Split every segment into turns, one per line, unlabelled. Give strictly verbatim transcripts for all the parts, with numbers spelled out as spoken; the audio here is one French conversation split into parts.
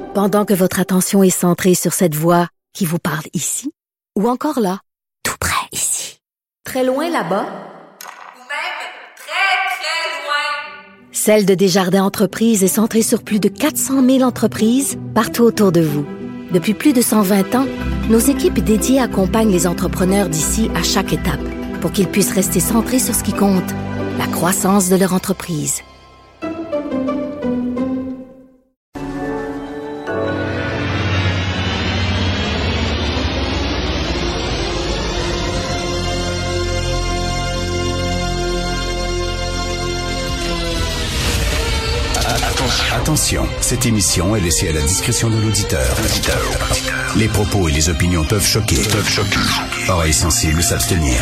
Pendant que votre attention est centrée sur cette voix qui vous parle ici, ou encore là, tout près ici, très loin là-bas,
ou même très, très loin,
Celle de Desjardins Entreprises est centrée sur plus de quatre cent mille entreprises partout autour de vous. Depuis plus de cent vingt ans, nos équipes dédiées accompagnent les entrepreneurs d'ici à chaque étape pour qu'ils puissent rester centrés sur ce qui compte, la croissance de leur entreprise.
Attention, cette émission est laissée à la discrétion de l'auditeur. Les propos et les opinions peuvent choquer. Peuvent choquer. Oreilles sensibles s'abstenir.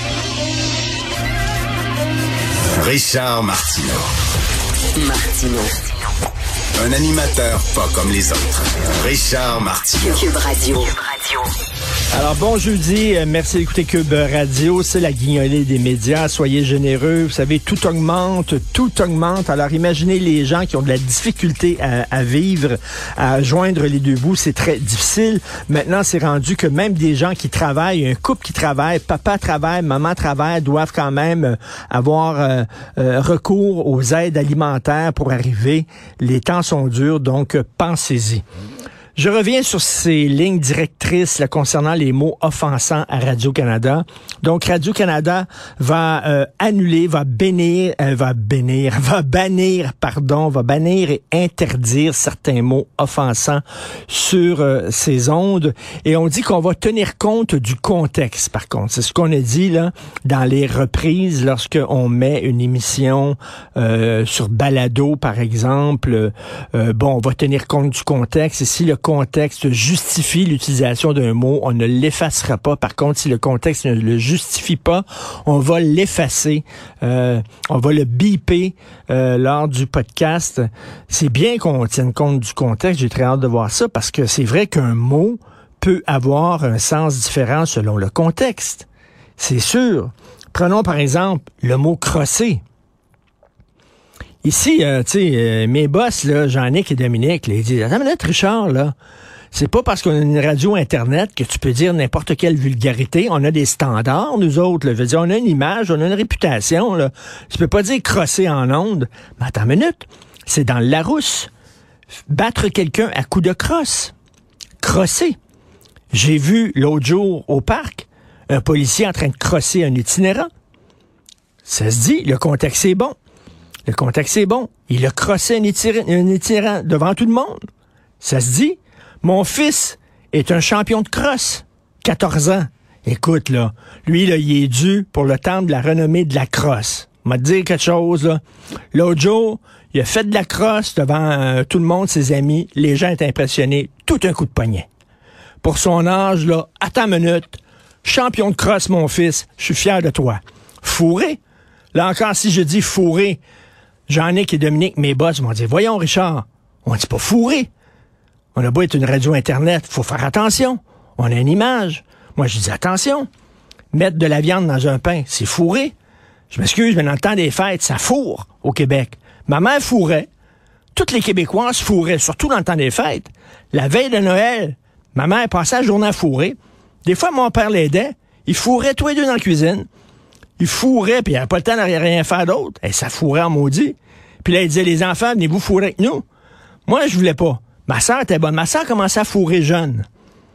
Richard Martineau. Martineau. Un animateur pas comme les autres. Richard Martineau.
Cube Radio.
Alors, bon jeudi, merci d'écouter Cube Radio, c'est la guignolée des médias, soyez généreux, vous savez, tout augmente, tout augmente, alors imaginez les gens qui ont de la difficulté à, à vivre, à joindre les deux bouts, c'est très difficile. Maintenant, c'est rendu que même des gens qui travaillent, un couple qui travaille, papa travaille, maman travaille, doivent quand même avoir euh, euh, recours aux aides alimentaires pour arriver. Les temps sont durs, donc pensez-y. Je reviens sur ces lignes directrices là, concernant les mots offensants à Radio-Canada. Donc, Radio-Canada va euh, annuler, va bénir, euh, va bénir, va bannir, pardon, va bannir et interdire certains mots offensants sur euh, ces ondes. Et on dit qu'on va tenir compte du contexte, par contre. C'est ce qu'on a dit là dans les reprises lorsqu'on met une émission euh, sur Balado, par exemple. Euh, bon, on va tenir compte du contexte. Et si le contexte justifie l'utilisation d'un mot, on ne l'effacera pas. Par contre, si le contexte ne le justifie pas, on va l'effacer. Euh, on va le biper euh, lors du podcast. C'est bien qu'on tienne compte du contexte. J'ai très hâte de voir ça parce que c'est vrai qu'un mot peut avoir un sens différent selon le contexte. C'est sûr. Prenons par exemple le mot « crosser ». Ici, euh, tu sais, euh, mes boss, là, Jean-Nic et Dominique, là, ils disent « Attends une minute, Richard, là, c'est pas parce qu'on a une radio Internet que tu peux dire n'importe quelle vulgarité. On a des standards, nous autres. Là. Je veux dire, on a une image, on a une réputation. Là. Tu peux pas dire crosser en ondes. Mais attends une minute, c'est dans le Larousse. Battre quelqu'un à coups de crosse. Crosser. J'ai vu l'autre jour au parc un policier en train de crosser un itinérant. Ça se dit, le contexte est bon. Le contexte est bon. Il a crossé un itinérant, un itinérant devant tout le monde. Ça se dit. Mon fils est un champion de crosse. quatorze ans. Écoute, là, lui, là, il est dû pour le temps de la renommée de la crosse. On va te dire quelque chose, là. L'autre jour, il a fait de la crosse devant euh, tout le monde, ses amis. Les gens étaient impressionnés. Tout un coup de poignet. Pour son âge, là, attends une minute. Champion de crosse, mon fils. Je suis fier de toi. Fourré. Là encore, si je dis fourré, Jean-Nic et Dominique, mes boss, m'ont dit, voyons, Richard, on dit pas fourré. On a beau être une radio Internet, faut faire attention. On a une image. Moi, je dis attention. Mettre de la viande dans un pain, c'est fourré. Je m'excuse, mais dans le temps des fêtes, ça fourre au Québec. Ma mère fourrait. Toutes les Québécoises fourraient, surtout dans le temps des fêtes. La veille de Noël, ma mère passait la journée à fourrer. Des fois, mon père l'aidait. Il fourrait tous les deux dans la cuisine. Il fourrait, puis il n'avait pas le temps de rien faire d'autre. Et ça fourrait en maudit. Puis là, il disait, les enfants, venez-vous fourrer avec nous? Moi, je voulais pas. Ma sœur était bonne. Ma sœur commençait à fourrer jeune.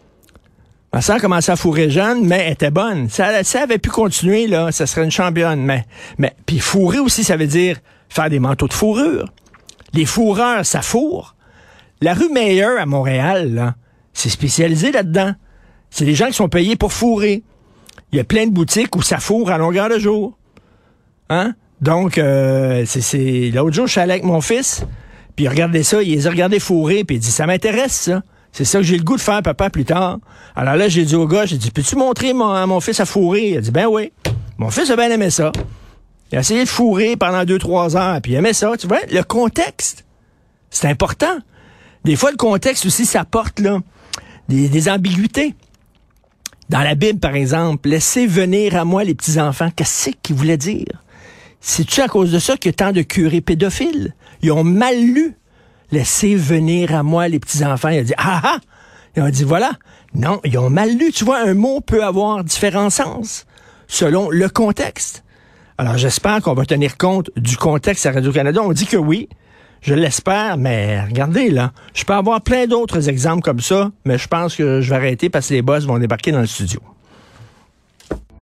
Ma sœur commençait à fourrer jeune, mais elle était bonne. Si elle, si elle avait pu continuer, là, ça serait une championne. Mais, mais, puis fourrer aussi, ça veut dire faire des manteaux de fourrure. Les fourreurs, ça fourre. La rue Meyer à Montréal, là, c'est spécialisé là-dedans. C'est des gens qui sont payés pour fourrer. Il y a plein de boutiques où ça fourre à longueur de jour. Hein? Donc, euh, c'est, c'est... l'autre jour, je suis allé avec mon fils, puis il regardait ça, il les a regardés fourrer, puis il dit, ça m'intéresse, ça. C'est ça que j'ai le goût de faire, papa, plus tard. Alors là, j'ai dit au gars, j'ai dit, peux-tu montrer mon, à mon fils à fourrer? Il a dit, ben oui. Mon fils a bien aimé ça. Il a essayé de fourrer pendant deux, trois heures, puis il aimait ça. Tu vois, le contexte, c'est important. Des fois, le contexte aussi, ça porte, là, des, des ambiguïtés. Dans la Bible, par exemple, « Laissez venir à moi les petits-enfants », qu'est-ce qu'il voulait dire? C'est-tu à cause de ça qu'il y a tant de curés pédophiles? Ils ont mal lu Laissez venir à moi les petits-enfants. Il a dit, ah ah! Ils ont dit, voilà. Non, ils ont mal lu. Tu vois, un mot peut avoir différents sens selon le contexte. Alors, j'espère qu'on va tenir compte du contexte à Radio-Canada. On dit que oui. Je l'espère, mais regardez, là. Je peux avoir plein d'autres exemples comme ça, mais je pense que je vais arrêter parce que les boss vont débarquer dans le studio.